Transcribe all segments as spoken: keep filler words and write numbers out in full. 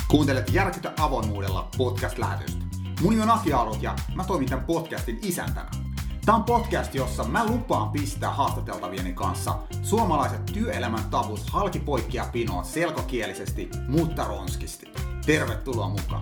Kuuntelet Järkytä avoimuudella podcast-lähetystä. Mun nimi on Aki Aarut ja mä toimin tämän podcastin isäntänä. Tää on podcast, jossa mä lupaan pistää haastateltavieni kanssa suomalaiset työelämän tavut halki poikki ja pinoon selkokielisesti, mutta ronskisti. Tervetuloa mukaan!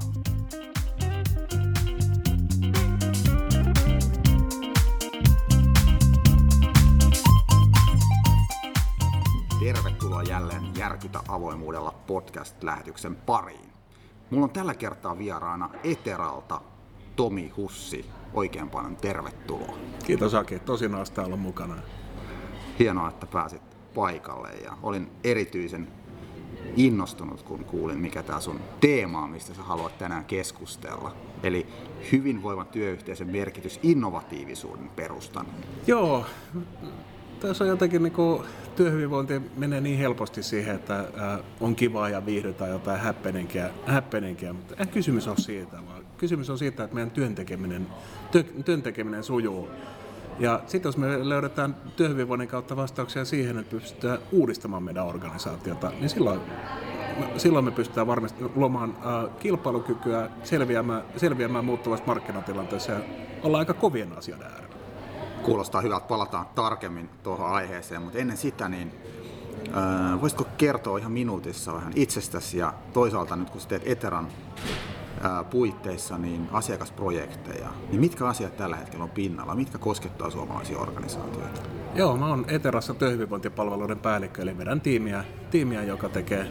Tervetuloa jälleen Järkytä avoimuudella podcast-lähetyksen pariin. Mulla on tällä kertaa vieraana Eteralta Tomi Hussi. Oikein paljon tervetuloa. Kiitos Aki, tosi naista olla mukana. Hienoa, että pääsit paikalle ja olin erityisen innostunut, kun kuulin, mikä tää sun teema on, mistä sä haluat tänään keskustella. Eli hyvinvoivan työyhteisön merkitys innovatiivisuuden perustana. Joo, tässä on jotenkin niin kuin, työhyvinvointi menee niin helposti siihen, että äh, on kivaa ja viihdytään jotain häppeninkiä, häppeninkiä, mutta ei kysymys on siitä, vaan kysymys on siitä, että meidän työntekeminen, työ, työntekeminen sujuu. Ja sitten jos me löydetään työhyvinvoinnin kautta vastauksia siihen, että pystytään uudistamaan meidän organisaatiota, niin silloin, silloin me pystytään varmasti luomaan äh, kilpailukykyä, selviämään, selviämään muuttuvasta markkinatilanteessa ja ollaan aika kovien asioiden äärellä. Kuulostaa hyvältä, palataan tarkemmin tuohon aiheeseen, mutta ennen sitä, niin äh, voisitko kertoa ihan minuutissa vähän itsestäsi ja toisaalta nyt kun sä teet Eteran äh, puitteissa niin asiakasprojekteja, niin mitkä asiat tällä hetkellä on pinnalla, mitkä koskettaa suomalaisia organisaatioita? Joo, mä oon Eterassa työhyvinvointipalveluiden päällikkö, eli vedän tiimiä, tiimiä joka tekee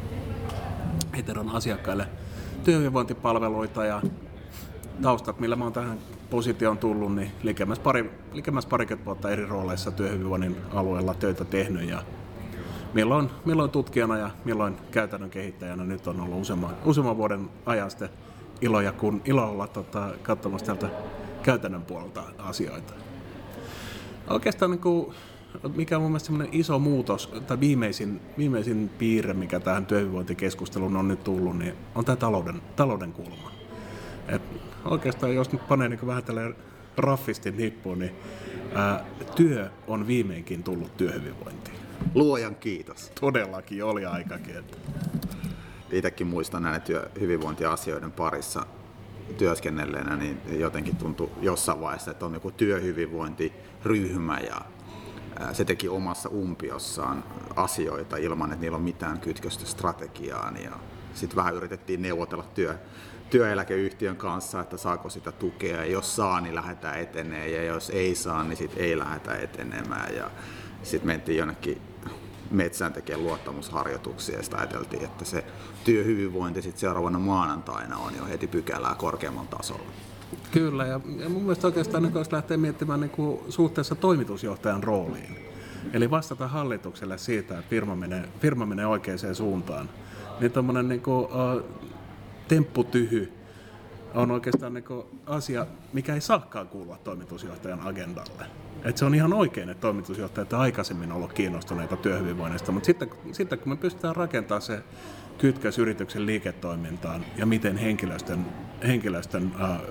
Eteran asiakkaille työhyvinvointipalveluita ja taustat, millä mä oon tähän positioon tullut, niin likemmäs, pari, likemmäs parikymmentä vuotta eri rooleissa työhyvinvoinnin alueella töitä tehnyt ja milloin, milloin tutkijana ja milloin käytännön kehittäjänä nyt on ollut useamman, useamman vuoden ajan sitten ilo, ja kun, ilo olla tota, katsomassa täältä käytännön puolelta asioita. Oikeastaan niin kuin, mikä on mun mielestä semmoinen iso muutos, tai viimeisin, viimeisin piirre, mikä tähän työhyvinvointikeskusteluun on nyt tullut, niin on tämä talouden, talouden kulma. Et oikeastaan jos nyt panee niin vähän tälle raffistin nippuun, niin ää, työ on viimeinkin tullut työhyvinvointiin. Luojan kiitos. Todellakin oli aikakin. Että. Itsekin muistan näiden työhyvinvointiasioiden parissa työskennelleenä, niin jotenkin tuntui jossain vaiheessa, että on joku työhyvinvointiryhmä ja se teki omassa umpiossaan asioita ilman, että niillä on mitään kytköstä strategiaan ja sitten vähän yritettiin neuvotella työ työeläkeyhtiön kanssa, että saako sitä tukea, ja jos saa, niin lähdetään etenee, ja jos ei saa, niin sitten ei lähdetä etenemään, ja sitten mentiin jonnekin metsään tekemään luottamusharjoituksia, ja sitten ajateltiin, että se työhyvinvointi sitten seuraavana maanantaina on jo heti pykälää korkeamman tasolla. Kyllä, ja, ja mun mielestä oikeastaan niin jos lähtee miettimään niin kuin suhteessa toimitusjohtajan rooliin, eli vastata hallitukselle siitä, että firma menee, firma menee oikeaan suuntaan, niin tommoinen niin kuin, uh, tempputyhy on oikeastaan niin asia, mikä ei saakaan kuulua toimitusjohtajan agendalle. Et se on ihan oikein, että toimitusjohtajat on aikaisemmin ollut kiinnostuneita työhyvinvoinnista, mutta sitten, sitten kun me pystytään rakentamaan se kytkös yrityksen liiketoimintaan ja miten henkilöstön, henkilöstön äh,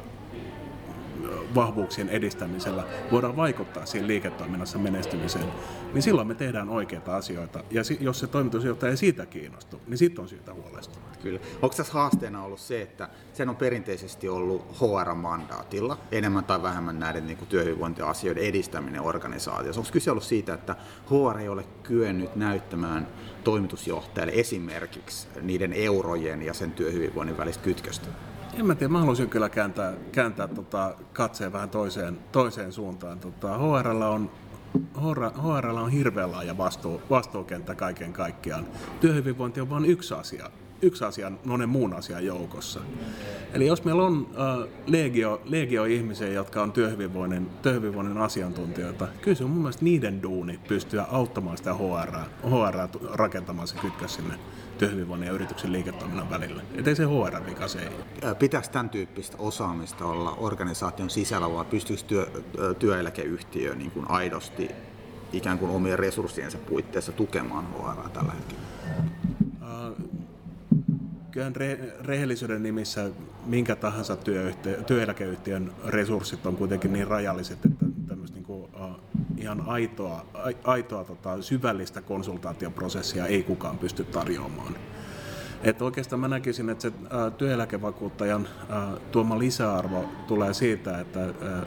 vahvuuksien edistämisellä voidaan vaikuttaa siihen liiketoiminnassa menestymiseen, niin silloin me tehdään oikeita asioita. Ja jos se toimitusjohtaja ei siitä kiinnostu, niin sitten on syytä huolestua. Kyllä. Onko tässä haasteena ollut se, että sen on perinteisesti ollut H R-mandaatilla, enemmän tai vähemmän näiden niin kuin työhyvinvointiasioiden edistäminen organisaatiossa? Onko kyse ollut siitä, että H R ei ole kyennyt näyttämään toimitusjohtajalle esimerkiksi niiden eurojen ja sen työhyvinvoinnin välistä kytköstä? En mä tiedä, mä haluaisin kyllä kääntää, kääntää tota, katseen vähän toiseen, toiseen suuntaan. Tota, H R:llä on, H R:llä on hirveän laaja vastuu, vastuukenttä kaiken kaikkiaan. Työhyvinvointi on vain yksi asia, yksi asia monen muun asian joukossa. Eli jos meillä on äh, legio, legio ihmisiä, jotka on työhyvinvoinnin, työhyvinvoinnin asiantuntijoita, kyllä se on mun mielestä niiden duuni pystyä auttamaan sitä H R:ää, H R:ää rakentamaan se kytkös sinne työhyvinvoinnin ja yrityksen liiketoiminnan välillä. Ettei se H R-vika se ei. Pitääkö tämän tyyppistä osaamista olla organisaation sisällä, vai pystyykö työ, työeläkeyhtiö niin kuin aidosti ikään kuin omien resurssiensa puitteissa tukemaan H R:ää tällä hetkellä? Uh, kyllähän re- rehellisyyden nimissä minkä tahansa työyhtiö, työeläkeyhtiön resurssit on kuitenkin niin rajalliset, että tämmöistä niin kuin, uh, ihan aitoa, aitoa tota, syvällistä konsultaatioprosessia ei kukaan pysty tarjoamaan. Että oikeastaan mä näkisin, että se ää, työeläkevakuuttajan ää, tuoma lisäarvo tulee siitä, että ää,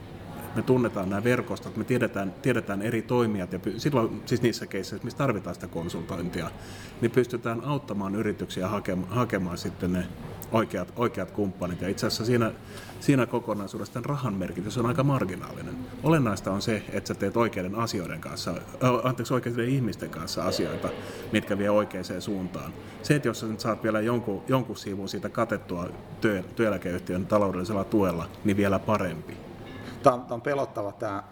me tunnetaan nämä verkostot, me tiedetään, tiedetään eri toimijat ja py, silloin siis niissä keisseissä, missä tarvitaan sitä konsultointia, niin pystytään auttamaan yrityksiä hakemaan, hakemaan sitten ne oikeat, oikeat kumppanit. Ja itse asiassa siinä, siinä kokonaisuudessa tämän rahan merkitys on aika marginaalinen. Olennaista on se, että sä teet oikeiden asioiden kanssa, äh, anteeksi, oikeiden ihmisten kanssa asioita, mitkä vie oikeaan suuntaan. Se, että jos sä nyt saat vielä jonkun, jonkun siivun siitä katettua työ, työeläkeyhtiön taloudellisella tuella, niin vielä parempi. Tämä on, tämä on pelottava tämä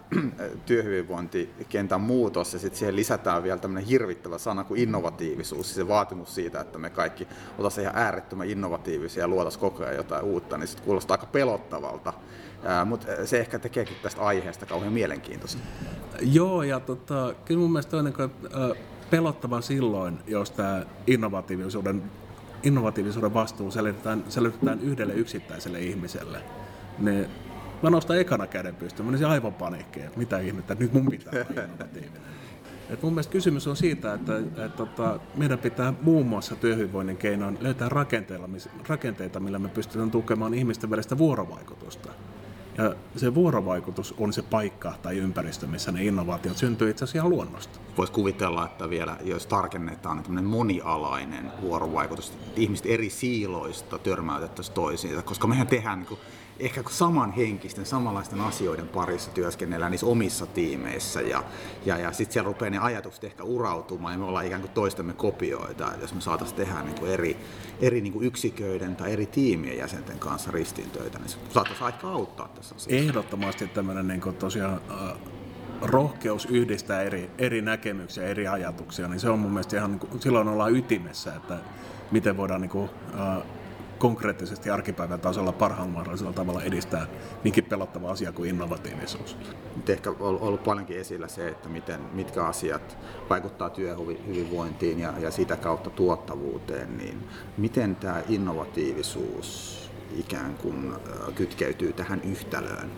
työhyvinvointikentän muutos ja sitten siihen lisätään vielä tämmöinen hirvittävä sana kuin innovatiivisuus, siis se vaatimus siitä, että me kaikki oltaisiin ihan äärettömän innovatiivisia ja luotaisiin koko ajan jotain uutta, niin sitten kuulostaa aika pelottavalta, mutta se ehkä tekeekin tästä aiheesta kauhean mielenkiintoista. Joo, ja tota, kyllä mun mielestä on niin kuin, äh, pelottava silloin, jos tämä innovatiivisuuden, innovatiivisuuden vastuu selitetään, selitetään yhdelle yksittäiselle ihmiselle. Ne, Mä nostan ekana käden pystyyn, mä olisin aivan paniikkeja, että mitä ihmettä, nyt mun pitää olla innovatiivinen. Et mun mielestä kysymys on siitä, että et, tota, meidän pitää muun muassa työhyvinvoinnin keinoin löytää rakenteita, millä me pystytään tukemaan ihmisten välistä vuorovaikutusta. Ja se vuorovaikutus on se paikka tai ympäristö, missä ne innovaatiot syntyy itse asiassa ihan luonnosta. Voisi kuvitella, että vielä jos tarkennetaan niin tämmöinen monialainen vuorovaikutus, että ihmiset eri siiloista törmäytettäisiin toisiinsa, koska mehän tehdään niin kuin ehkä samanhenkisten, samanlaisten asioiden parissa työskennellään niissä omissa tiimeissä ja, ja, ja sitten siellä rupeaa ne ajatukset ehkä urautumaan ja me ollaan ikään kuin toistemme kopioita, jos me saataisiin tehdä niin kuin eri, eri niin kuin yksiköiden tai eri tiimien jäsenten kanssa ristiintöitä, niin se saataisiin aika auttaa tässä asiassa. Ehdottomasti tämmöinen niin kuin tosiaan äh, rohkeus yhdistää eri, eri näkemyksiä, eri ajatuksia, niin se on mun mielestä ihan, niin kuin, silloin ollaan ytimessä, että miten voidaan niin kuin, äh, konkreettisesti arkipäivän tasolla parhaalla mahdollisella tavalla edistää niinkin pelottava asia kuin innovatiivisuus. Nyt ehkä on ollut paljonkin esillä se, että miten, mitkä asiat vaikuttaa työhyvinvointiin ja, ja sitä kautta tuottavuuteen, niin miten tämä innovatiivisuus ikään kuin kytkeytyy tähän yhtälöön?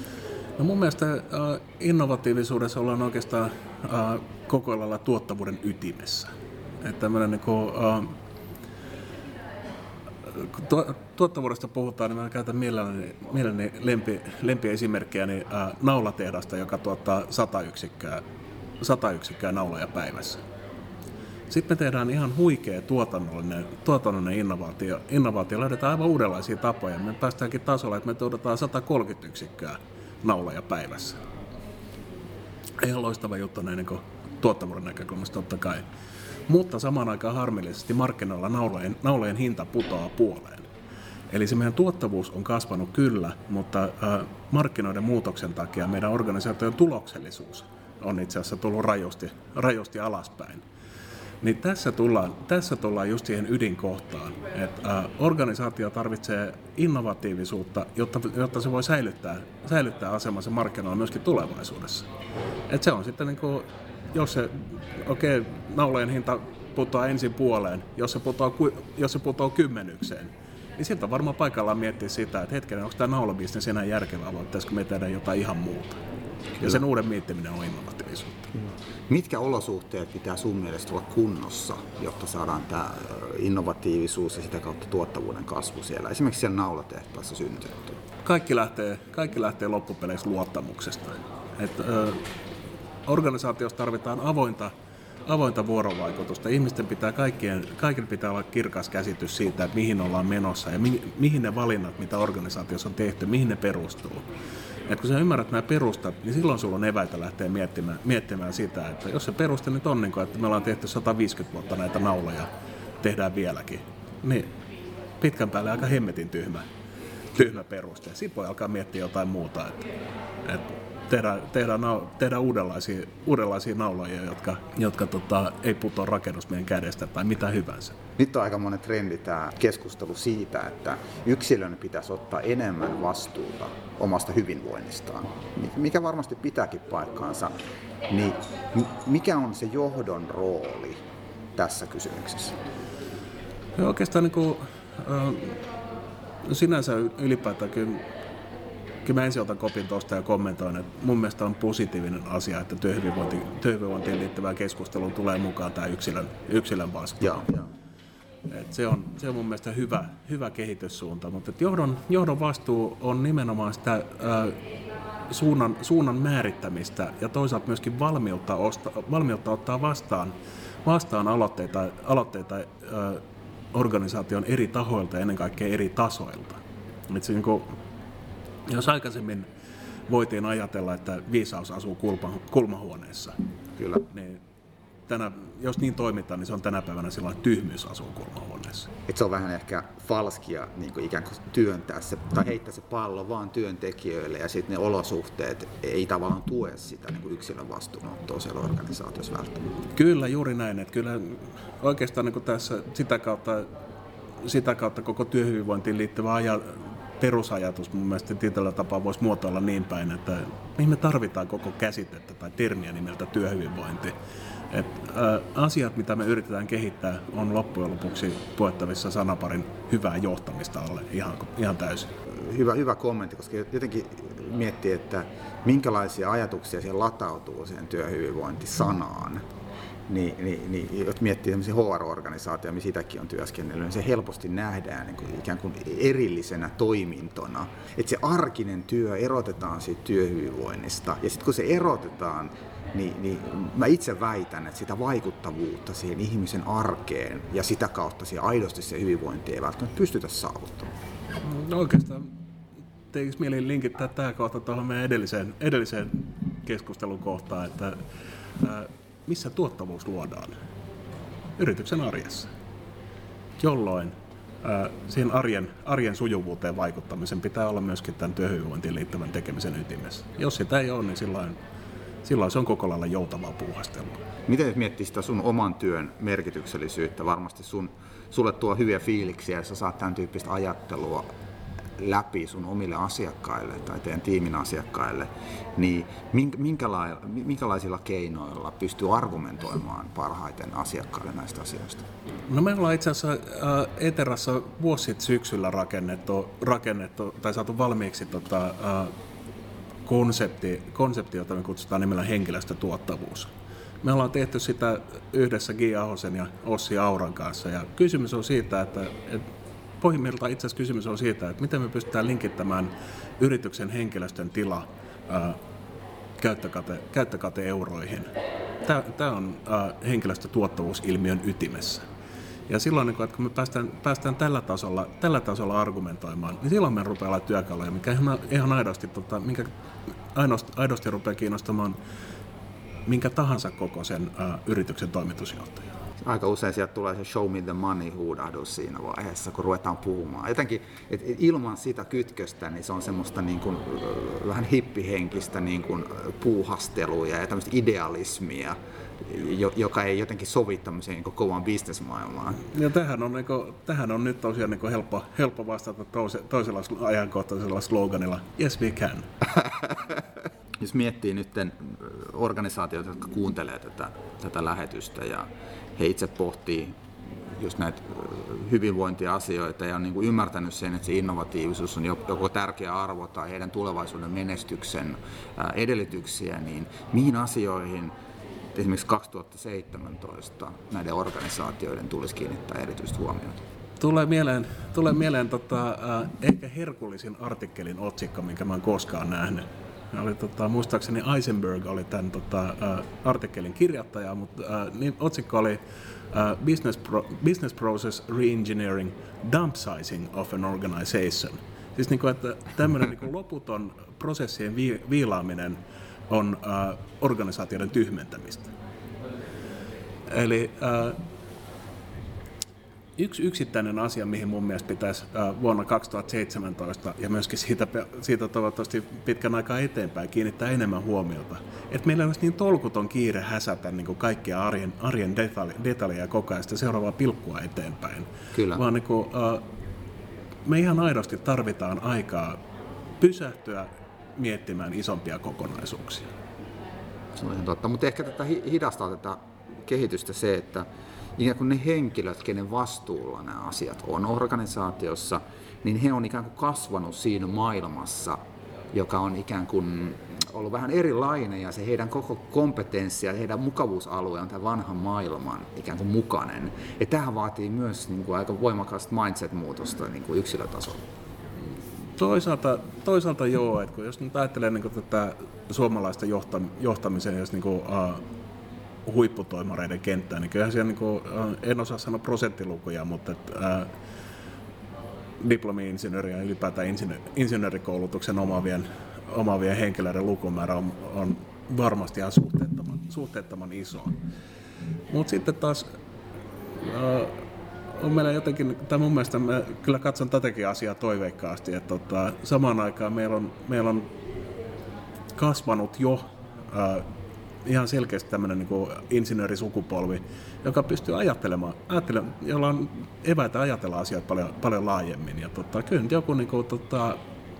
No mun mielestä äh, innovatiivisuudessa ollaan oikeastaan äh, koko lailla tuottavuuden ytimessä. Että tämmöinen niin kuin, äh, kun tuottavuudesta puhutaan, niin mä käytän mielelläni, mielelläni lempi, lempiesimerkkiä niin, ää, naulatehdasta, joka tuottaa sata yksikköä, sata yksikköä nauloja päivässä. Sitten me tehdään ihan huikea tuotannollinen, tuotannollinen innovaatio. Innovaatio löydetään aivan uudenlaisia tapoja. Me päästäänkin tasolla, että me tuotetaan sata kolmekymmentä yksikköä nauloja päivässä. Ihan loistava juttu näin niin tuottavuuden näkökulmasta totta kai. Mutta samaan aikaan harmillisesti markkinoilla naulojen, naulojen hinta putoaa puoleen. Eli se meidän tuottavuus on kasvanut kyllä, mutta äh, markkinoiden muutoksen takia meidän organisaation tuloksellisuus on itse asiassa tullut rajusti, rajusti alaspäin. Niin tässä tullaan, tässä tullaan just siihen ydinkohtaan, että äh, organisaatio tarvitsee innovatiivisuutta, jotta, jotta se voi säilyttää, säilyttää asemansa markkinoilla myöskin tulevaisuudessa. Et se on sitten niin kuin, jos se, okei, okay, naulojen hinta putoaa ensin puoleen, jos se putoaa, jos se putoaa kymmenykseen, niin siltä on varmaan paikallaan miettiä sitä, että hetkinen, onko tämä naulabisnes enää järkevää, vai pitäisikö me tehdä jotain ihan muuta. Kyllä. Ja sen uuden miettiminen on innovatiivisuutta. Kyllä. Mitkä olosuhteet pitää sun mielestä olla kunnossa, jotta saadaan tämä innovatiivisuus ja sitä kautta tuottavuuden kasvu siellä, esimerkiksi siellä naulatehtaassa syntynyt? Kaikki lähtee, kaikki lähtee loppupeleissä luottamuksesta. Et, ö, organisaatiossa tarvitaan avointa, avointa vuorovaikutusta. Ihmisten pitää kaikkien, kaikille pitää olla kirkas käsitys siitä, että mihin ollaan menossa ja mi, mihin ne valinnat, mitä organisaatiossa on tehty, mihin ne perustuu. Et kun sä ymmärrät nämä perustat, niin silloin sulla on eväitä lähteä miettimään, miettimään sitä, että jos se peruste nyt on, niin kuin, että me ollaan tehty sata viisikymmentä vuotta näitä nauloja, tehdään vieläkin, niin pitkän päälle aika hemmetin tyhmä, tyhmä peruste. Sitten voi alkaa miettiä jotain muuta, että, että tehdään, tehdään, tehdään uudenlaisia, uudenlaisia nauloja, jotka, jotka tota, ei putoa rakennusmiehen kädestä tai mitä hyvänsä. Nyt on aika monen trendi tämä keskustelu siitä, että yksilön pitäisi ottaa enemmän vastuuta omasta hyvinvoinnistaan, mikä varmasti pitääkin paikkaansa. Niin mikä on se johdon rooli tässä kysymyksessä? Ja oikeastaan niin kuin, äh, sinänsä ylipäätään kyllä, kyllä mä ensin otan kopin tuosta ja kommentoin, että mun mielestä on positiivinen asia, että työhyvinvointiin, työhyvinvointiin liittyvään keskusteluun tulee mukaan tämä yksilön, yksilön vastuu. Joo, joo. Et se, on, se on mun mielestä hyvä, hyvä kehityssuunta, mutta johdon, johdon vastuu on nimenomaan sitä ää, suunnan, suunnan määrittämistä ja toisaalta myöskin valmiutta, osta, valmiutta ottaa vastaan, vastaan aloitteita, aloitteita ää, organisaation eri tahoilta ja ennen kaikkea eri tasoilta. Et se, niin kuin, jos aikaisemmin voitiin ajatella, että viisaus asuu kulma, kulmahuoneessa, Kyllä. niin tänä, jos niin toimitaan, niin se on tänä päivänä silloin, että tyhmyys asuu kulmahuoneessa. Et se on vähän ehkä falskia niin kuin ikään kuin työntää se, tai heittää se pallo vaan työntekijöille, ja sitten ne olosuhteet ei tavallaan tue sitä niin kuin yksilön vastuunottoa siellä organisaatiossa välttämättä. Kyllä, juuri näin. Että kyllä oikeastaan niin kuin tässä sitä kautta, sitä kautta koko työhyvinvointiin liittyvä aja, perusajatus mun mielestä tietyllä tapaa voisi muotoilla niin päin, että mihin me tarvitaan koko käsitettä tai termiä nimeltä työhyvinvointi. Et, ä, asiat, mitä me yritetään kehittää, on loppujen lopuksi puettavissa sanaparin hyvää johtamista alle ihan, ihan täysin. Hyvä, hyvä kommentti, koska jotenkin miettii, että minkälaisia ajatuksia siellä latautuu siihen työhyvinvointisanaan. Niin, niin, niin, jos miettii tämmöisiä H R-organisaatioita, missä sitäkin on työskennellyt, niin se helposti nähdään niin kuin ikään kuin erillisenä toimintona. Että se arkinen työ erotetaan siitä työhyvinvoinnista, ja sitten kun se erotetaan, niin, niin mä itse väitän, että sitä vaikuttavuutta siihen ihmisen arkeen ja sitä kautta siihen aidosti se hyvinvointi ei välttämättä pystytä saavuttamaan. No oikeastaan teikö mieli linkittää tämä kohta tuohon meidän edelliseen, edelliseen keskustelun kohtaan, että ää, missä tuottavuus luodaan? Yrityksen arjessa, jolloin ää, siihen arjen, arjen sujuvuuteen vaikuttamisen pitää olla myöskin tämän työhyvinvointiin liittyvän tekemisen ytimessä. Jos sitä ei ole, niin silloin, silloin se on koko lailla joutavaa puuhastelua. Miten jos miettii sitä sun oman työn merkityksellisyyttä? Varmasti sun, sulle tuo hyviä fiiliksiä, jos sä saat tämän tyyppistä ajattelua läpi sun omille asiakkaille tai teidän tiimin asiakkaille, niin minkälaisilla, minkälaisilla keinoilla pystyy argumentoimaan parhaiten asiakkaille näistä asioista? No me ollaan itse asiassa äh, Eterassa vuosi sitten syksyllä rakennettu, rakennettu tai saatu valmiiksi tota, äh, konsepti, konsepti, jota me kutsutaan nimellä henkilöstötuottavuus. Me ollaan tehty sitä yhdessä Gi Ahosen ja Ossi Auran kanssa, ja kysymys on siitä, että, että pohjimmiltaan itse asiassa kysymys on siitä, että miten me pystytään linkittämään yrityksen henkilöstön tila ää, käyttökate, käyttökate-euroihin. Tämä on ää, henkilöstötuottavuusilmiön ytimessä. Ja silloin, että kun me päästään, päästään tällä, tasolla, tällä tasolla argumentoimaan, niin silloin me rupeaa olla työkaluja, mikä ihan, ihan aidosti, tota, minkä aidosti, aidosti rupeaa kiinnostamaan minkä tahansa kokoisen ää, yrityksen toimitusjohtaja. Aika usein sieltä tulee se show me the money -huudahdus siinä vaiheessa, kun ruvetaan puhumaan. Jotenkin, et ilman sitä kytköstä, niin se on semmoista niin kuin, vähän hippihenkistä niin kuin puuhastelua ja tämmöistä idealismia, joka ei jotenkin sovi tämmöiseen niin kuin kovaan bisnesmaailmaan. Ja tähän on, niin kuin, tähän on nyt tosiaan niin kuin helppo, helppo vastata toise, toisella ajankohtaisella sloganilla, yes we can. Jos miettii nyt organisaatioita, jotka kuuntelee tätä, tätä lähetystä ja he itse pohtii just näitä hyvinvointiasioita ja on niin kuin ymmärtänyt sen, että se innovatiivisuus on joko tärkeä arvo tai heidän tulevaisuuden menestyksen edellytyksiä, niin mihin asioihin esimerkiksi kaksituhattaseitsemäntoista näiden organisaatioiden tulisi kiinnittää erityistä huomiota? Tulee mieleen, tulee mieleen tota, äh, ehkä herkullisin artikkelin otsikko, minkä mä oon koskaan nähnyt. Oli, tota, muistaakseni Eisenberg oli tämän tota, äh, artikkelin kirjoittaja, mutta äh, niin, otsikko oli äh, business, pro, business Process Reengineering, Downsizing of an Organization. Siis niin kuin, että tämmöinen niin kuin loputon prosessien vi, viilaaminen on äh, organisaatioiden tyhmentämistä. Eli äh, yksi yksittäinen asia, mihin mun mielestä pitäisi äh, vuonna kaksituhattaseitsemäntoista ja myöskin siitä, siitä toivottavasti pitkän aikaa eteenpäin kiinnittää enemmän huomiota. Että meillä olisi niin tolkuton kiire häsätä niin kuin kaikkia arjen, arjen detalj, detaljeja koko ajan sitä seuraavaa pilkkua eteenpäin. Kyllä. Vaan niin kuin, äh, me ihan aidosti tarvitaan aikaa pysähtyä miettimään isompia kokonaisuuksia. Se on ihan totta, mutta ehkä tätä hidastaa tätä kehitystä se, että ikään kuin ne henkilöt, kenen vastuulla nämä asiat on organisaatiossa, niin he on ikään kuin kasvanut siinä maailmassa, joka on ikään kuin ollut vähän erilainen ja se heidän koko kompetenssi ja heidän mukavuusalue on tämän vanhan maailman ikään kuin mukainen. Ja tämähän vaatii myös niin kuin aika voimakasta mindset-muutosta niin kuin yksilötasolla. Toisaalta, toisaalta joo, että kun jos nyt ajattelee niin kuin tätä suomalaista johtam- johtamisen jos niin kuin, uh, huipputoimareiden kenttää, niin kyllähän siellä, niin kuin, uh, en osaa sanoa prosenttilukuja, mutta et, uh, diplomi-insinööri ja ylipäätään insinö- insinöörikoulutuksen omaavien, omaavien henkilöiden lukumäärä on, on varmasti ihan suhteettoman, suhteettoman iso. Mutta sitten taas uh, on meillä jotenkin, tai mun mielestä mä kyllä katson tätäkin asiaa toiveikkaasti, että tota, samaan aikaan meillä on, meillä on kasvanut jo uh, ihan selkeästi tämmöinen niin kuin insinöörisukupolvi, joka pystyy ajattelemaan, ajattelemaan, jolla on eväitä ajatella asiat paljon, paljon laajemmin. Ja tota, kyllä nyt joku niin kuin, tota,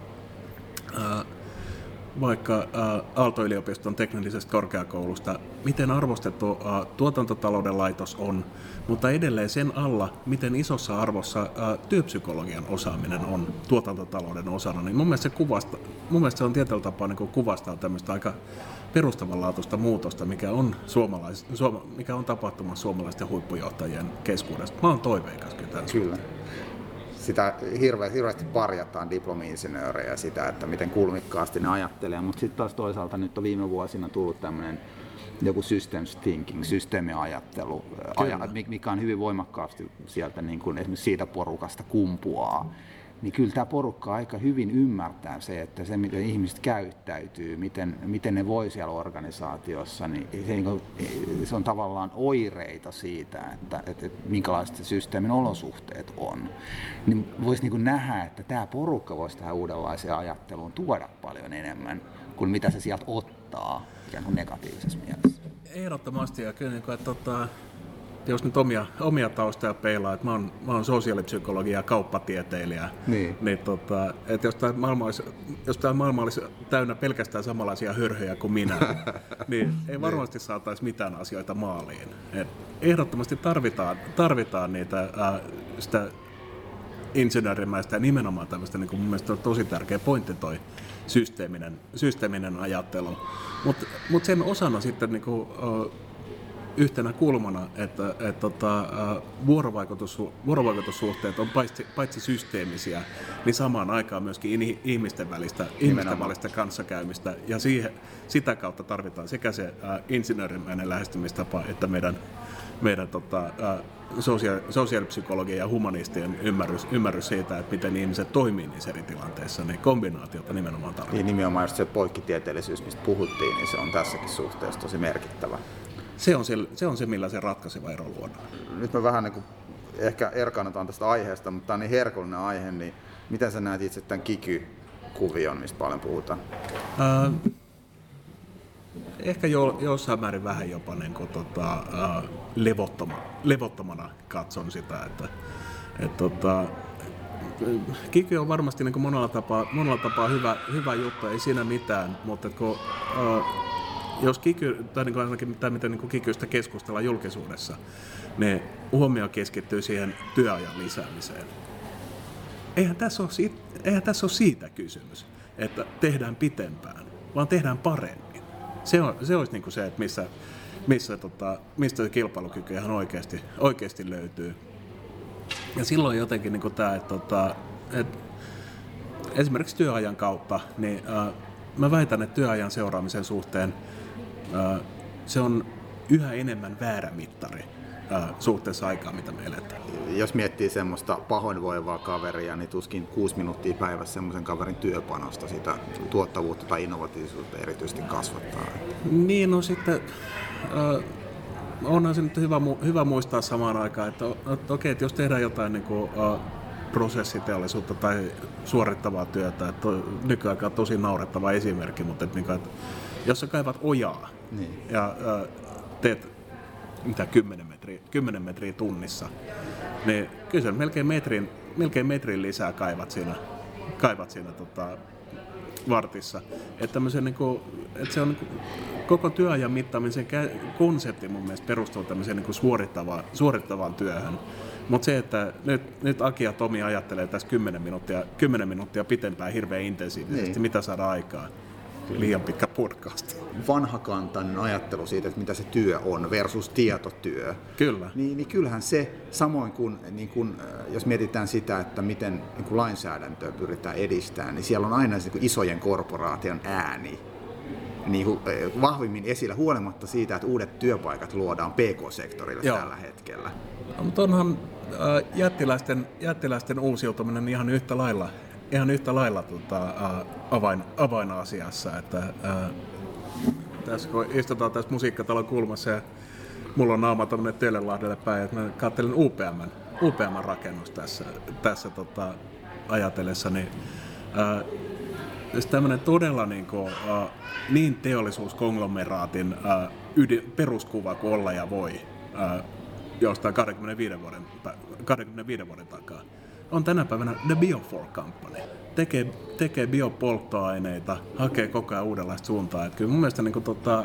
ää, vaikka ää, Aalto-yliopiston teknillisestä korkeakoulusta, miten arvostettu ää, tuotantotalouden laitos on, mutta edelleen sen alla, miten isossa arvossa ää, työpsykologian osaaminen on tuotantotalouden osana, niin mun mielestä se, kuvasta, mun mielestä se on tietyllä tapaa niin kuin kuvastaa tämmöistä aika perustavanlaatuista muutosta, mikä on, suomalais, suoma, mikä on tapahtumassa suomalaisten huippujohtajien keskuudessa. Mä oon toiveikas kyllä. Kyllä. Sitä hirveästi, hirveästi parjataan diplomi-insinöörejä sitä, että miten kulmikkaasti ne ajattelee, mutta sitten taas toisaalta nyt on viime vuosina tullut tämmöinen joku systems thinking, systeemiajattelu, aja, mikä on hyvin voimakkaasti sieltä niin kuin esimerkiksi siitä porukasta kumpuaa. Niin kyllä tämä porukka aika hyvin ymmärtää se, että se miten ihmiset käyttäytyy, miten, miten ne voi siellä organisaatiossa, niin se, se on tavallaan oireita siitä, että, että, että minkälaiset se systeemin olosuhteet on. Niin voisi niin kuin nähdä, että tämä porukka voisi tähän uudenlaiseen ajatteluun tuoda paljon enemmän kuin mitä se sieltä ottaa ikään kuin negatiivisessa mielessä. Ehdottomasti, ja kyllä, että tota, jos nyt omia, omia taustoja peilaa, että mä oon, mä oon sosiaalipsykologia ja kauppatieteilijä, niin, niin tota, että jos tämä maailma olisi, jos tämä maailma olisi täynnä pelkästään samanlaisia hörhöjä kuin minä, niin ei varmasti saataisi mitään asioita maaliin. Et ehdottomasti tarvitaan, tarvitaan niitä, ää, sitä insinöörimäistä ja nimenomaan tämmöistä, niin kuin mun mielestä on tosi tärkeä pointti toi systeeminen, systeeminen ajattelu. Mutta mut sen osana sitten niin kuin, yhtenä kulmana, että, että, että vuorovaikutus, vuorovaikutussuhteet on paitsi, paitsi systeemisiä, niin samaan aikaan myöskin ihmisten välistä, ihmisten välistä kanssakäymistä, ja siihen, sitä kautta tarvitaan sekä se äh, insinöörimäinen lähestymistapa, että meidän, meidän tota, äh, sosia- sosiaalipsykologian ja humanistien ymmärrys, ymmärrys siitä, että miten ihmiset toimii niissä eri tilanteissa, niin kombinaatiota nimenomaan tarvitaan. Niin nimenomaan just se poikkitieteellisyys, mistä puhuttiin, niin se on tässäkin suhteessa tosi merkittävä. Se on se, se on se, millä se ratkaiseva ero luodaan. Nyt me vähän niin kuin ehkä erkaannutaan tästä aiheesta, mutta tämä on niin herkullinen aihe, niin miten sä näet itse tämän kiky-kuvion, mistä paljon puhutaan? Äh, ehkä jo, jossain määrin vähän jopa niin kuin, tota, äh, levottoma, levottomana katson sitä, että et, tota, kiky on varmasti niin kuin monella tapaa, monella tapaa hyvä, hyvä juttu, ei siinä mitään, mutta kun äh, jos kiky, tai niin ainakin tai miten niin kikystä keskustellaan julkisuudessa, niin huomio keskittyy siihen työajan lisäämiseen. Eihän tässä ole siitä, eihän tässä ole siitä kysymys, että tehdään pitempään, vaan tehdään paremmin. Se, on, se olisi niin kuin se, että missä, missä, tota, mistä se kilpailukyky ihan oikeasti, oikeasti löytyy. Ja silloin jotenkin niin kuin tämä, että, että, että esimerkiksi työajan kautta, niin äh, mä väitän, että työajan seuraamisen suhteen se on yhä enemmän väärä mittari suhteessa aikaa, mitä me eletään. Jos miettii semmoista pahoinvoivaa kaveria, niin tuskin kuusi minuuttia päivässä semmoisen kaverin työpanosta sitä tuottavuutta tai innovatiivisuutta erityisesti kasvattaa. Niin, no sitten äh, onhan se nyt hyvä, hyvä muistaa samaan aikaan, että, että okei, että jos tehdään jotain niin kuin, äh, prosessiteollisuutta tai suorittavaa työtä, että nykyaikaan on tosi naurettava esimerkki, mutta että, niin kuin, että jos sä kaivat ojaa niin. ja äh, teet mitä kymmenen metriä, kymmenen metriä tunnissa, niin kyllä sä melkein metrin, melkein metrin lisää kaivat siinä, kaivat siinä tota, vartissa. Että, niin kuin, että se on niin kuin koko työajan mittaamisen konsepti mun mielestä perustuu tämmöiseen niin kuin suorittavaan, suorittavaan työhön. Mutta se, että nyt, nyt Aki ja Tomi ajattelee tässä kymmenen minuuttia, kymmenen minuuttia pitempään hirveän intensiivisesti, niin. Mitä saada aikaa. Liian pitkä podcast. Vanhakantainen ajattelu siitä, että mitä se työ on versus tietotyö. Kyllä. Niin, niin kyllähän se, samoin kuin, niin kuin jos mietitään sitä, että miten niin kuin lainsäädäntöä pyritään edistämään, niin siellä on aina se, niin kuin isojen korporaation ääni niin kuin, vahvimmin esillä huolimatta siitä, että uudet työpaikat luodaan P K-sektorille Joo. tällä hetkellä. No, mutta onhan äh, jättiläisten, jättiläisten uusiutuminen ihan yhtä lailla ihan yhtä lailla tota, äh, avain, avainasiassa, että äh, tässä kun istutaan tässä musiikkatalon kulmassa ja mulla on naama tuonne Töölönlahdelle päin, että mä katselen U P M, U P M-rakennus tässä, tässä tota, ajatellessa, niin äh, tämmöinen todella niin, kuin, äh, niin teollisuuskonglomeraatin äh, ydin, peruskuva kuin olla ja voi äh, jostain kaksikymmentäviisi vuoden, kaksikymmentäviisi vuoden takaa. On tänä päivänä The Biofor Company. Tekee, tekee biopolttoaineita, hakee koko ajan uudenlaista suuntaa. Et kyllä mun mielestä niin tota,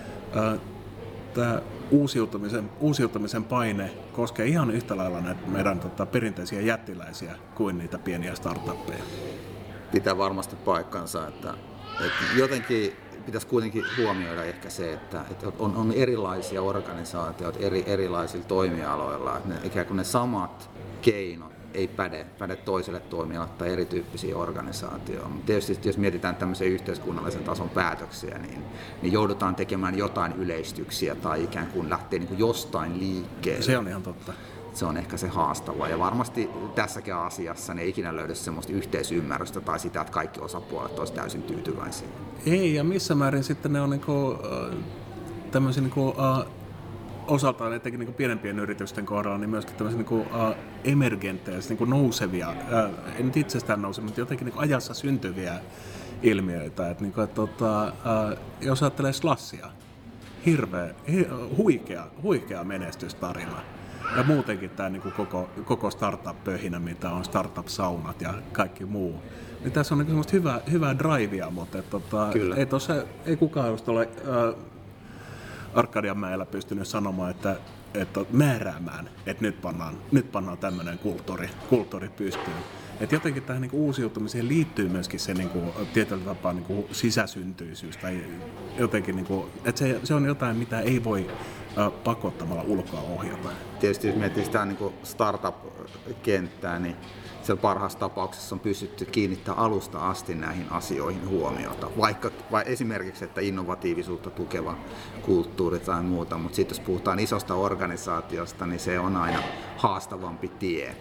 tämä uusiutumisen, uusiutumisen paine koskee ihan yhtä lailla näitä meidän tota, perinteisiä jättiläisiä kuin niitä pieniä startuppeja. Pitää varmasti paikkansa, että, että jotenkin pitäisi kuitenkin huomioida ehkä se, että, että on, on erilaisia organisaatioita eri, erilaisilla toimialoilla, että ne, ikään kuin ne samat keinot ei päde, päde toiselle toimijalle tai erityyppisiä organisaatioita. Tietysti jos mietitään tämmöisiä yhteiskunnallisen tason päätöksiä, niin, niin joudutaan tekemään jotain yleistyksiä tai ikään kuin lähtee niin kuin jostain liikkeelle. Se on ihan totta. Se on ehkä se haastavaa ja varmasti tässäkin asiassa ne ei ikinä löydä semmoista yhteisymmärrystä tai sitä, että kaikki osapuolet olisivat täysin tyytyväisiä. Ei, ja missä määrin sitten ne on niinku, äh, tämmöisiä niinku, äh, osaltaan etenkin niin pienempien yritysten kohdalla, niin myöskin tämmöisiä niin uh, emergenttejä, niin nousevia, uh, ei nyt itsestään nouse, mutta jotenkin niin ajassa syntyviä ilmiöitä. Et, niin kuin, et, tota, uh, jos ajattelee Slashia, hirveä, hi, huikea, huikea menestystarina. Ja muutenkin tämä niin koko, koko startup-pöhinä, mitä on startup-saunat ja kaikki muu. Niin tässä on niin semmoista hyvää, hyvää drivea, mutta et, tota, ei, tossa, ei kukaan just ole Uh, Arkadianmäellä pystynyt sanomaan, että, että määräämään, että nyt pannaan, nyt pannaan tämmöinen kulttuuri, kulttuuri pystyyn. Et jotenkin tähän niin kuin uusiutumiseen liittyy myöskin se niin kuin, tietyllä tapaa niin kuin sisäsyntyisyys. Tai jotenkin, niin kuin, että se, se on jotain, mitä ei voi äh, pakottamalla ulkoa ohjata. Tietysti jos miettii sitä niin kuin startup-kenttää, niin siellä parhaassa tapauksessa on pystytty kiinnittämään alusta asti näihin asioihin huomiota. Vaikka vai esimerkiksi, että innovatiivisuutta tukeva kulttuuri tai muuta, mutta sitten jos puhutaan isosta organisaatiosta, niin se on aina haastavampi tie.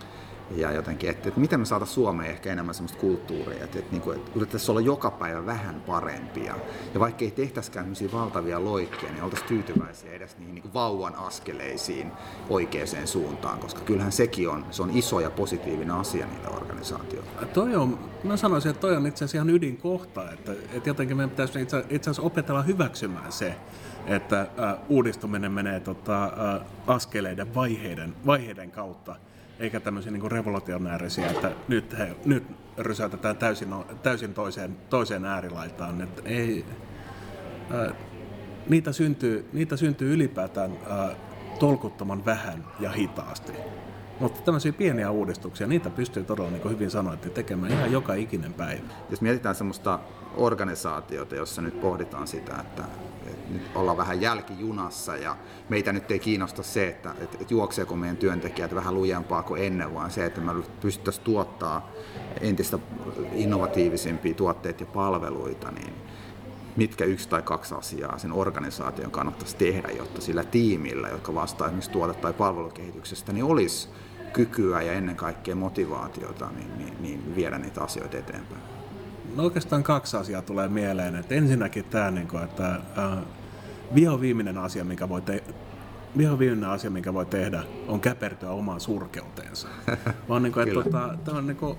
Ja jotenkin, että, että miten me saataisiin Suomeen ehkä enemmän sellaista kulttuuria, että, että, että, että yritettäisiin olla joka päivä vähän parempia. Ja vaikka ei tehtäisikään sellaisia valtavia loikkia, niin oltaisiin tyytyväisiä edes niihin niin kuin vauvan askeleisiin oikeaan suuntaan, koska kyllähän sekin on, se on iso ja positiivinen asia niille organisaatioille. Toi on, mä sanoisin, että toi on itse asiassa ihan ydinkohta, että, että jotenkin meidän pitäisi itse, itse asiassa opetella hyväksymään se, että äh, uudistuminen menee tota, äh, askeleiden, vaiheiden, vaiheiden kautta. Eikä tämmöisiä niin kuin revolutionäärisiä, että nyt, he, nyt rysäytetään täysin, täysin toiseen, toiseen äärilaitaan. Että ei, ää, niitä, syntyy, niitä syntyy ylipäätään ää, tolkuttoman vähän ja hitaasti. Mutta tämmöisiä pieniä uudistuksia, niitä pystyy todella niin kuin hyvin sanoa, että tekemään ihan joka ikinen päivä. Jos mietitään semmoista organisaatiota, jossa nyt pohditaan sitä, että nyt ollaan vähän jälkijunassa ja meitä nyt ei kiinnosta se, että, että, että juokseeko meidän työntekijät vähän lujempaa kuin ennen, vaan se, että me pystyttäisiin tuottaa entistä innovatiivisempia tuotteita ja palveluita, niin mitkä yksi tai kaksi asiaa sen organisaation kannattaisi tehdä, jotta sillä tiimillä, jotka vastaa esimerkiksi tuote- tai palvelukehityksestä, niin olisi kykyä ja ennen kaikkea motivaatiota niin, niin, niin viedä niitä asioita eteenpäin. No oikeastaan kaksi asiaa tulee mieleen. Että ensinnäkin tämä, että äh, vihoviimeinen asia, mikä voi te- vihoviimeinen asia, mikä voi tehdä, on käpertyä omaan surkeuteensa. Vaan niin kuin, että, tota, tämä on niin kuin,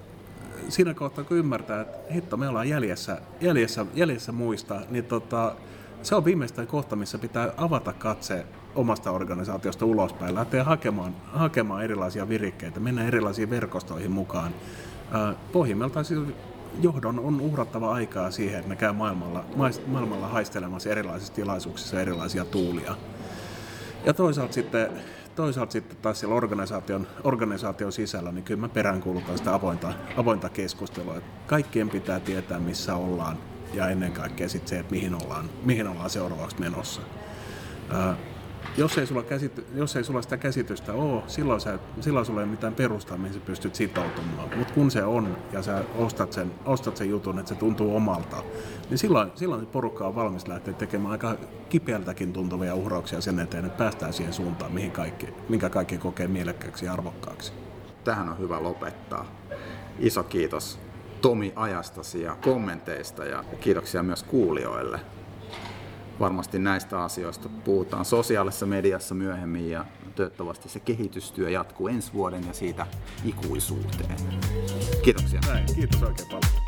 siinä kohtaa, kun ymmärtää, että hitto, me ollaan jäljessä, jäljessä, jäljessä muista, niin tota, se on viimeistään kohta, missä pitää avata katse omasta organisaatiosta ulospäin, lähteä hakemaan, hakemaan erilaisia virikkeitä, mennä erilaisiin verkostoihin mukaan. Äh, pohjimmiltaan siis johdon on uhrattava aikaa siihen, että ne käy maailmalla, maailmalla haistelemassa erilaisissa tilaisuuksissa erilaisia tuulia. Ja toisaalta sitten, toisaalta sitten taas siellä organisaation, organisaation sisällä, niin kyllä mä peräänkuulutan sitä avointa, avointa keskustelua. Että kaikkien pitää tietää, missä ollaan, ja ennen kaikkea sitten se, että mihin ollaan, mihin ollaan seuraavaksi menossa. Ää, jos, ei sulla käsity, jos ei sulla sitä käsitystä ole, silloin, sä, silloin sulla ei ole mitään perustaa, mihin sä pystyt sitoutumaan. Mutta kun se on, ja sä ostat sen, ostat sen jutun, että se tuntuu omalta, niin silloin, silloin porukka on valmis lähteä tekemään aika kipeältäkin tuntuvia uhrauksia sen eteen, että päästään siihen suuntaan, mihin kaikki, minkä kaikki kokee mielekkääksi ja arvokkaaksi. Tähän on hyvä lopettaa. Iso kiitos Tomi ajastasi ja kommenteista ja kiitoksia myös kuulijoille. Varmasti näistä asioista puhutaan sosiaalisessa mediassa myöhemmin ja toivottavasti se kehitystyö jatkuu ensi vuoden ja siitä ikuisuuteen. Kiitoksia. Näin, kiitos oikein paljon.